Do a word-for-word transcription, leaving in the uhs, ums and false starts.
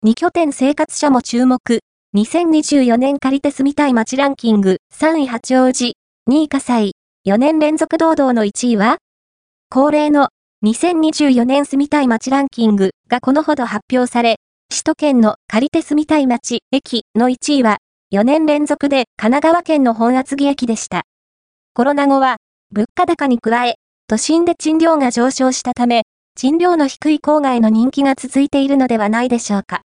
に拠点生活者も注目。にせんにじゅうよねん借りて住みたい街ランキング。さんい八王子。にい葛西。よねん連続堂々のいちいは恒例のにせんにじゅうよねん住みたい街ランキングがこのほど発表され、首都圏の借りて住みたい街、駅のいちいはよねん連続で神奈川県の本厚木駅でした。コロナ後は物価高に加え、都心で賃料が上昇したため、賃料の低い郊外の人気が続いているのではないでしょうか。